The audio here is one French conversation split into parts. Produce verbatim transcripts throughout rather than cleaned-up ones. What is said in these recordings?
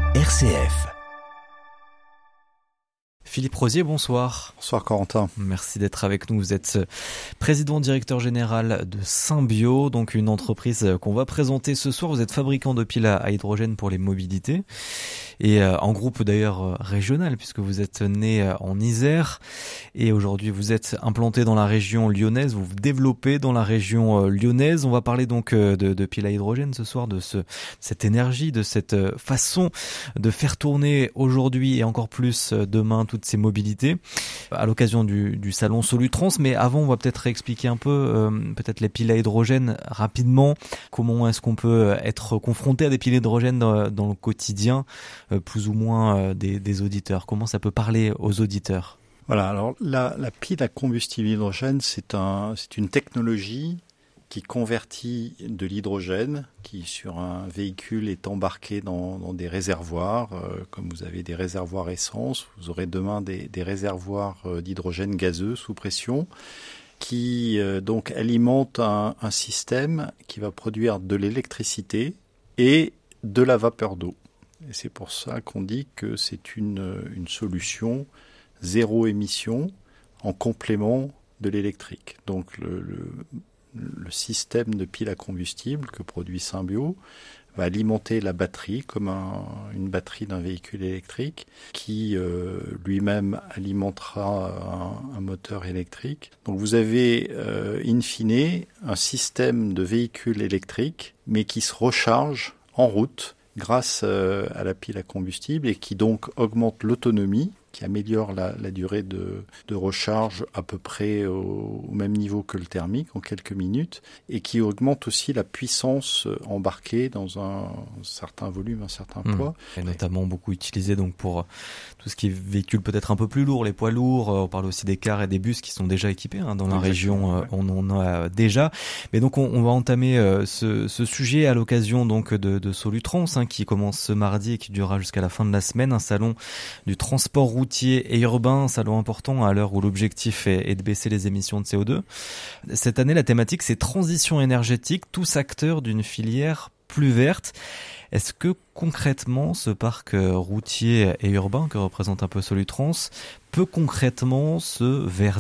R C F. Philippe Rosier, bonsoir. Bonsoir Corentin. Merci d'être avec nous. Vous êtes président directeur général de Symbio, donc une entreprise qu'on va présenter ce soir. Vous êtes fabricant de piles à hydrogène pour les mobilités et en groupe d'ailleurs régional puisque vous êtes né en Isère et aujourd'hui vous êtes implanté dans la région lyonnaise. Vous vous développez dans la région lyonnaise. On va parler donc de, de piles à hydrogène ce soir, de ce, cette énergie, de cette façon de faire tourner aujourd'hui et encore plus demain toutes ces mobilités à l'occasion du, du salon Solutrans. Mais avant, on va peut-être réexpliquer un peu euh, peut-être les piles à hydrogène rapidement. Comment est-ce qu'on peut être confronté à des piles à hydrogène dans, dans le quotidien, euh, plus ou moins euh, des, des auditeurs? Comment ça peut parler aux auditeurs? Voilà, alors la, la pile à combustible hydrogène, c'est un, c'est une technologie qui convertit de l'hydrogène, qui sur un véhicule est embarqué dans, dans des réservoirs. Euh, comme vous avez des réservoirs essence, vous aurez demain des, des réservoirs d'hydrogène gazeux sous pression, qui euh, donc alimentent un, un système qui va produire de l'électricité et de la vapeur d'eau. Et c'est pour ça qu'on dit que c'est une, une solution zéro émission en complément de l'électrique. Donc le, le Le système de pile à combustible que produit Symbio va alimenter la batterie comme un, une batterie d'un véhicule électrique qui euh, lui-même alimentera un, un moteur électrique. Donc vous avez euh, in fine un système de véhicule électrique mais qui se recharge en route grâce euh, à la pile à combustible et qui donc augmente l'autonomie, qui améliore la, la durée de, de recharge à peu près au, au même niveau que le thermique en quelques minutes et qui augmente aussi la puissance embarquée dans un certain volume, un certain poids. Mmh. Et notamment beaucoup utilisé donc pour tout ce qui est véhicule peut-être un peu plus lourd, les poids lourds. On parle aussi des cars et des bus qui sont déjà équipés hein, dans la Exactement, région. Ouais. On en a déjà. Mais donc on, on va entamer euh, ce, ce sujet à l'occasion donc de, de Solutrans hein, qui commence ce mardi et qui durera jusqu'à la fin de la semaine, un salon du transport routier et urbain, un salon important à l'heure où l'objectif est, est de baisser les émissions de C O deux. Cette année, la thématique, c'est transition énergétique, tous acteurs d'une filière plus verte. Est-ce que concrètement, ce parc routier et urbain que représente un peu Solutrans peut concrètement se verdir ?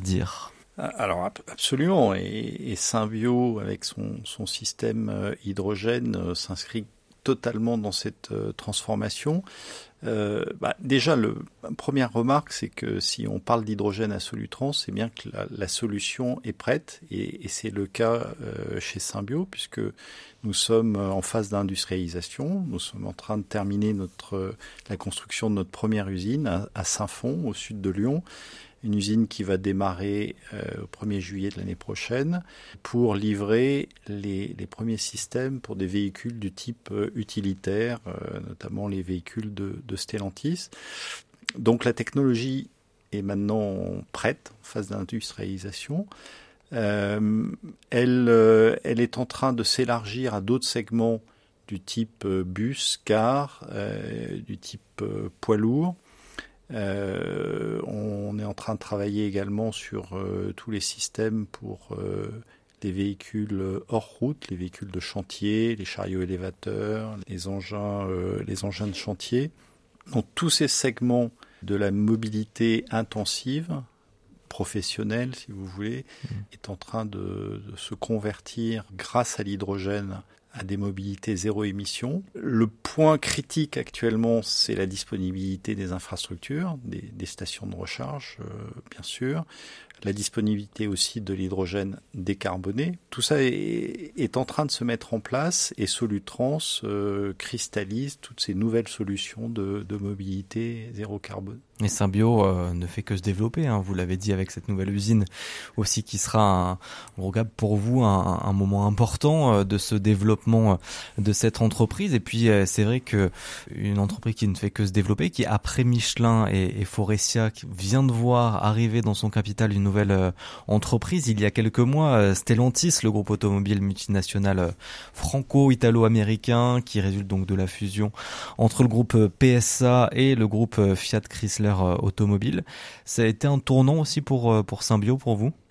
Alors absolument, et, et Symbio, avec son, son système hydrogène, euh, s'inscrit totalement dans cette euh, transformation. Euh, bah, déjà, le, la première remarque, c'est que si on parle d'hydrogène à Solutrans, c'est bien que la, la solution est prête, et, et c'est le cas euh, chez Symbio, puisque nous sommes en phase d'industrialisation. Nous sommes en train de terminer notre, la construction de notre première usine à, à Saint-Fond, au sud de Lyon. Une usine qui va démarrer euh, au premier juillet de l'année prochaine pour livrer les, les premiers systèmes pour des véhicules du type euh, utilitaire, euh, notamment les véhicules de, de Stellantis. Donc la technologie est maintenant prête, en phase d'industrialisation. Euh, elle, euh, elle est en train de s'élargir à d'autres segments du type euh, bus, car, euh, du type euh, poids lourd. Euh, on est en train de travailler également sur euh, tous les systèmes pour euh, les véhicules hors route, les véhicules de chantier, les chariots élévateurs, les engins, euh, les engins de chantier. Donc tous ces segments de la mobilité intensive, professionnelle si vous voulez, mmh. est en train de, de se convertir grâce à l'hydrogène à des mobilités zéro émission. Le point critique actuellement, c'est la disponibilité des infrastructures, des, des stations de recharge, euh, bien sûr. La disponibilité aussi de l'hydrogène décarboné. Tout ça est, est en train de se mettre en place et Solutrans euh, cristallise toutes ces nouvelles solutions de, de mobilité zéro carbone. Et Symbio euh, ne fait que se développer, hein, vous l'avez dit avec cette nouvelle usine aussi qui sera, un, regarde pour vous, un, un moment important euh, de ce développement euh, de cette entreprise. Et puis euh, c'est vrai que une entreprise qui ne fait que se développer, qui après Michelin et, et Faurecia, qui vient de voir arriver dans son capital une nouvelle euh, entreprise il y a quelques mois, euh, Stellantis, le groupe automobile multinational euh, franco-italo-américain, qui résulte donc de la fusion entre le groupe euh, P S A et le groupe euh, Fiat Chrysler automobile. Ça a été un tournant aussi pour, pour Symbio, pour vous ?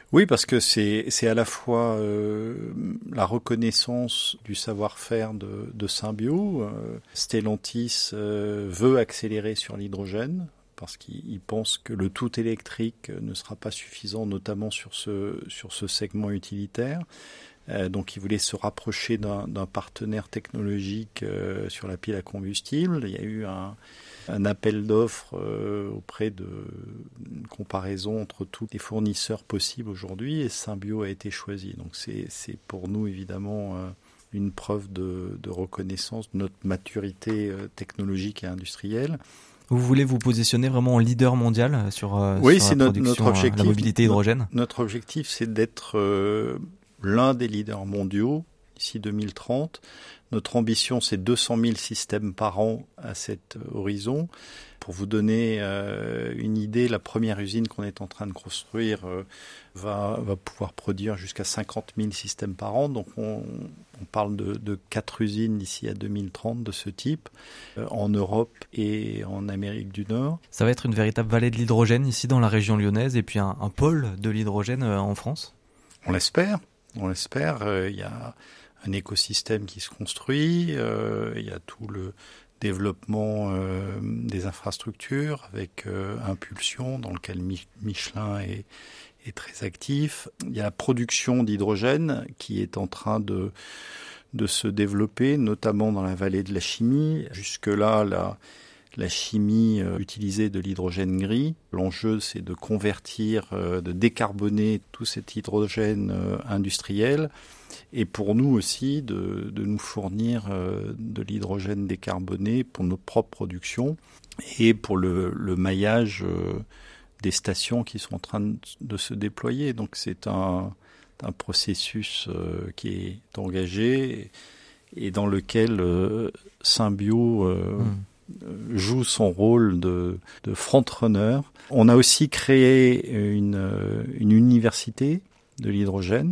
Oui, parce que c'est, c'est à la fois euh, la reconnaissance du savoir-faire de, de Symbio. Euh, Stellantis euh, veut accélérer sur l'hydrogène parce qu'il pense que le tout électrique ne sera pas suffisant, notamment sur ce, sur ce segment utilitaire. Euh, donc il voulait se rapprocher d'un, d'un partenaire technologique euh, sur la pile à combustible. Il y a eu un... un appel d'offres euh, auprès de une comparaison entre tous les fournisseurs possibles aujourd'hui et Symbio a été choisi. Donc c'est, c'est pour nous évidemment euh, une preuve de, de reconnaissance de notre maturité euh, technologique et industrielle. Vous voulez vous positionner vraiment en leader mondial sur, euh, oui, sur c'est la notre, production, notre objectif, la mobilité hydrogène? Notre, notre objectif, c'est d'être euh, l'un des leaders mondiaux d'ici deux mille trente. Notre ambition, c'est deux cent mille systèmes par an à cet horizon. Pour vous donner euh, une idée, la première usine qu'on est en train de construire euh, va, va pouvoir produire jusqu'à cinquante mille systèmes par an. Donc on, on parle de, de quatre usines d'ici à deux mille trente de ce type, euh, en Europe et en Amérique du Nord. Ça va être une véritable vallée de l'hydrogène ici dans la région lyonnaise et puis un, un pôle de l'hydrogène euh, en France? On l'espère, on l'espère. Euh, il y a un écosystème qui se construit, euh, il y a tout le développement euh, des infrastructures avec euh, Impulsion dans lequel Mi- Michelin est, est très actif. Il y a la production d'hydrogène qui est en train de, de se développer, notamment dans la vallée de la chimie. Jusque-là, la, la chimie euh, utilisait de l'hydrogène gris. L'enjeu, c'est de convertir, euh, de décarboner tout cet hydrogène euh, industriel. Et pour nous aussi, de, de nous fournir euh, de l'hydrogène décarboné pour nos propres productions et pour le, le maillage euh, des stations qui sont en train de, de se déployer. Donc c'est un, un processus euh, qui est engagé et, et dans lequel euh, Symbio euh, mmh. joue son rôle de, de front-runner. On a aussi créé une, une université de l'hydrogène.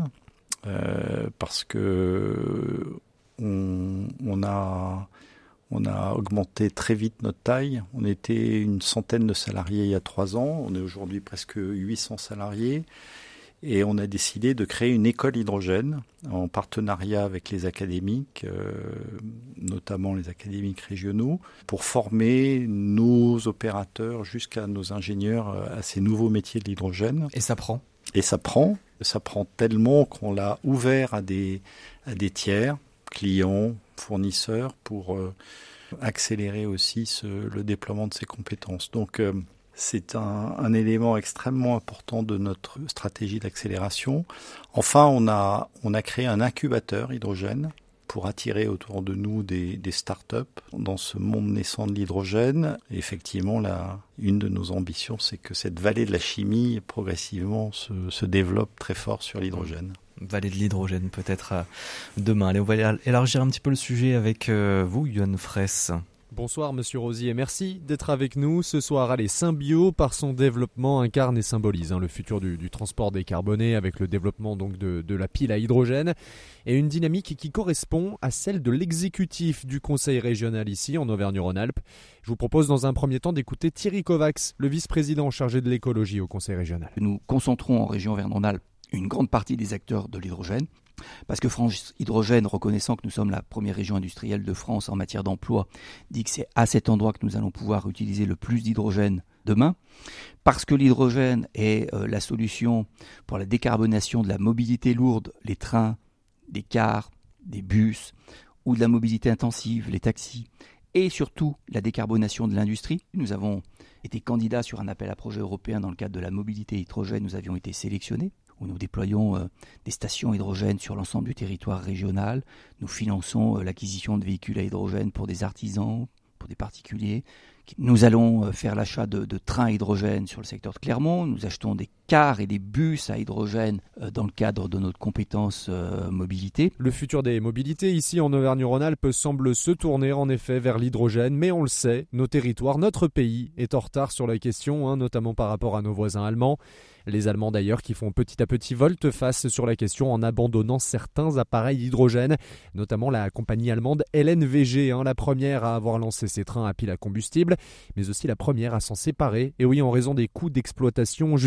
Euh, parce que on, on a on a augmenté très vite notre taille. On était une centaine de salariés il y a trois ans. On est aujourd'hui presque huit cents salariés. Et on a décidé de créer une école hydrogène en partenariat avec les académiques, euh, notamment les académiques régionaux, pour former nos opérateurs jusqu'à nos ingénieurs à ces nouveaux métiers de l'hydrogène. Et ça prend ? Et ça prend. Ça prend tellement qu'on l'a ouvert à des, à des tiers, clients, fournisseurs, pour euh, accélérer aussi ce, le déploiement de ces compétences. Donc euh, c'est un, un élément extrêmement important de notre stratégie d'accélération. Enfin, on a, on a créé un incubateur hydrogène pour attirer autour de nous des, des startups dans ce monde naissant de l'hydrogène. Et effectivement, la, une de nos ambitions, c'est que cette vallée de la chimie, progressivement, se, se développe très fort sur l'hydrogène. Vallée de l'hydrogène, peut-être euh, demain. Allez, on va élargir un petit peu le sujet avec euh, vous, Johan Fraisse. Bonsoir Monsieur Rosier, merci d'être avec nous ce soir. Allez, Symbio, par son développement, incarne et symbolise hein, le futur du, du transport décarboné avec le développement donc de, de la pile à hydrogène et une dynamique qui correspond à celle de l'exécutif du conseil régional ici en Auvergne-Rhône-Alpes. Je vous propose dans un premier temps d'écouter Thierry Kovacs, le vice-président chargé de l'écologie au conseil régional. Nous concentrons en région Auvergne-Rhône-Alpes une grande partie des acteurs de l'hydrogène. Parce que France Hydrogène, reconnaissant que nous sommes la première région industrielle de France en matière d'emploi, dit que c'est à cet endroit que nous allons pouvoir utiliser le plus d'hydrogène demain. Parce que l'hydrogène est euh, la solution pour la décarbonation de la mobilité lourde, les trains, des cars, des bus, ou de la mobilité intensive, les taxis, et surtout la décarbonation de l'industrie. Nous avons été candidats sur un appel à projet européen dans le cadre de la mobilité hydrogène. Nous avions été sélectionnés, où nous déployons euh, des stations hydrogène sur l'ensemble du territoire régional. Nous finançons euh, l'acquisition de véhicules à hydrogène pour des artisans, pour des particuliers. Nous allons euh, faire l'achat de, de trains à hydrogène sur le secteur de Clermont. Nous achetons des cars et des bus à hydrogène euh, dans le cadre de notre compétence euh, mobilité. Le futur des mobilités ici en Auvergne-Rhône-Alpes semble se tourner en effet vers l'hydrogène, mais on le sait, nos territoires, notre pays est en retard sur la question, hein, notamment par rapport à nos voisins allemands. Les Allemands d'ailleurs qui font petit à petit volte-face sur la question en abandonnant certains appareils hydrogène, notamment la compagnie allemande L N V G, hein, la première à avoir lancé ses trains à pile à combustible, mais aussi la première à s'en séparer, et oui en raison des coûts d'exploitation jugés trop importants.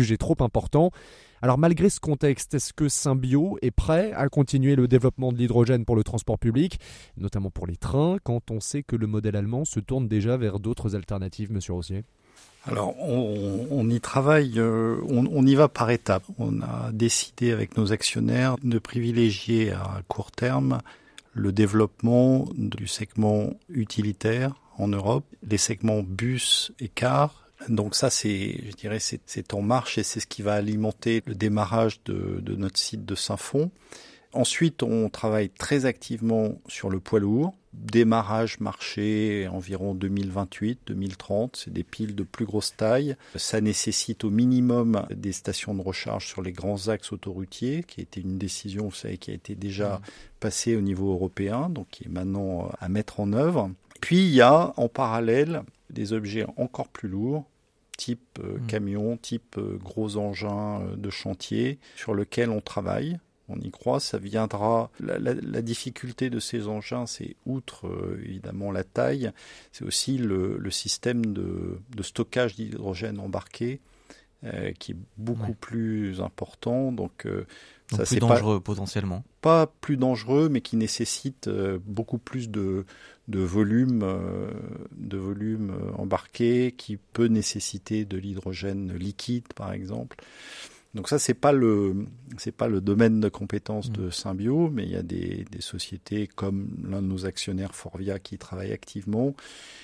important. Alors malgré ce contexte, est-ce que Symbio est prêt à continuer le développement de l'hydrogène pour le transport public, notamment pour les trains, quand on sait que le modèle allemand se tourne déjà vers d'autres alternatives, Monsieur Rossier ? Alors, on, on y travaille, euh, on, on y va par étapes. On a décidé avec nos actionnaires de privilégier à court terme le développement du segment utilitaire en Europe, les segments bus et cars. Donc ça, c'est, je dirais, c'est, c'est en marche et c'est ce qui va alimenter le démarrage de, de notre site de Saint-Fond. Ensuite, on travaille très activement sur le poids lourd. Démarrage marché environ deux mille vingt-huit deux mille trente, c'est des piles de plus grosse taille. Ça nécessite au minimum des stations de recharge sur les grands axes autoroutiers, qui a été une décision, vous savez, qui a été déjà mmh. passée au niveau européen, donc qui est maintenant à mettre en œuvre. Puis il y a en parallèle des objets encore plus lourds, type euh, mmh. camion, type euh, gros engins euh, de chantier, sur lesquels on travaille. On y croit, ça viendra. La, la, la difficulté de ces engins, c'est outre euh, évidemment la taille, c'est aussi le, le système de, de stockage d'hydrogène embarqué euh, qui est beaucoup ouais. plus important. Donc, euh, donc ça plus c'est dangereux pas, potentiellement. Pas plus dangereux, mais qui nécessite euh, beaucoup plus de, de volume, euh, de volume embarqué, qui peut nécessiter de l'hydrogène liquide, par exemple. Donc ça, c'est pas le, c'est pas le domaine de compétences mmh. de Symbio, mais il y a des, des sociétés comme l'un de nos actionnaires, Forvia, qui travaillent activement.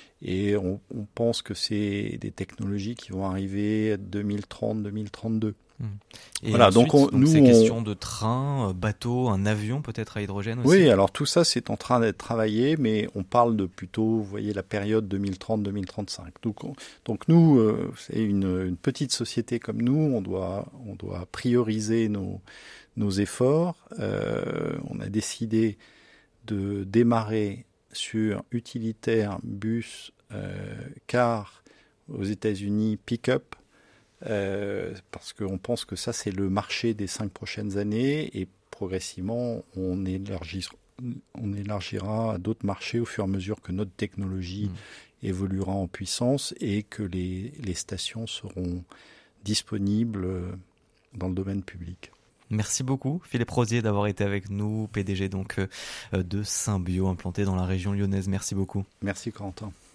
Et on, on pense que c'est des technologies qui vont arriver deux mille trente deux mille trente-deux. Mmh. Et voilà, ensuite, donc, on, donc nous, c'est on... question de train, bateau, un avion peut-être à hydrogène aussi. Oui, alors tout ça c'est en train d'être travaillé, mais on parle de plutôt, vous voyez, la période deux mille trente deux mille trente-cinq. Donc, on, donc nous, euh, c'est une, une petite société comme nous, on doit, on doit prioriser nos, nos efforts. Euh, on a décidé de démarrer sur utilitaire, bus, euh, car aux États-Unis, pick-up. Euh, parce qu'on pense que ça c'est le marché des cinq prochaines années et progressivement on élargira, on élargira à d'autres marchés au fur et à mesure que notre technologie mmh. évoluera en puissance et que les, les stations seront disponibles dans le domaine public. Merci beaucoup Philippe Rosier d'avoir été avec nous, P D G donc de Symbio implanté dans la région lyonnaise. Merci beaucoup. Merci Corentin.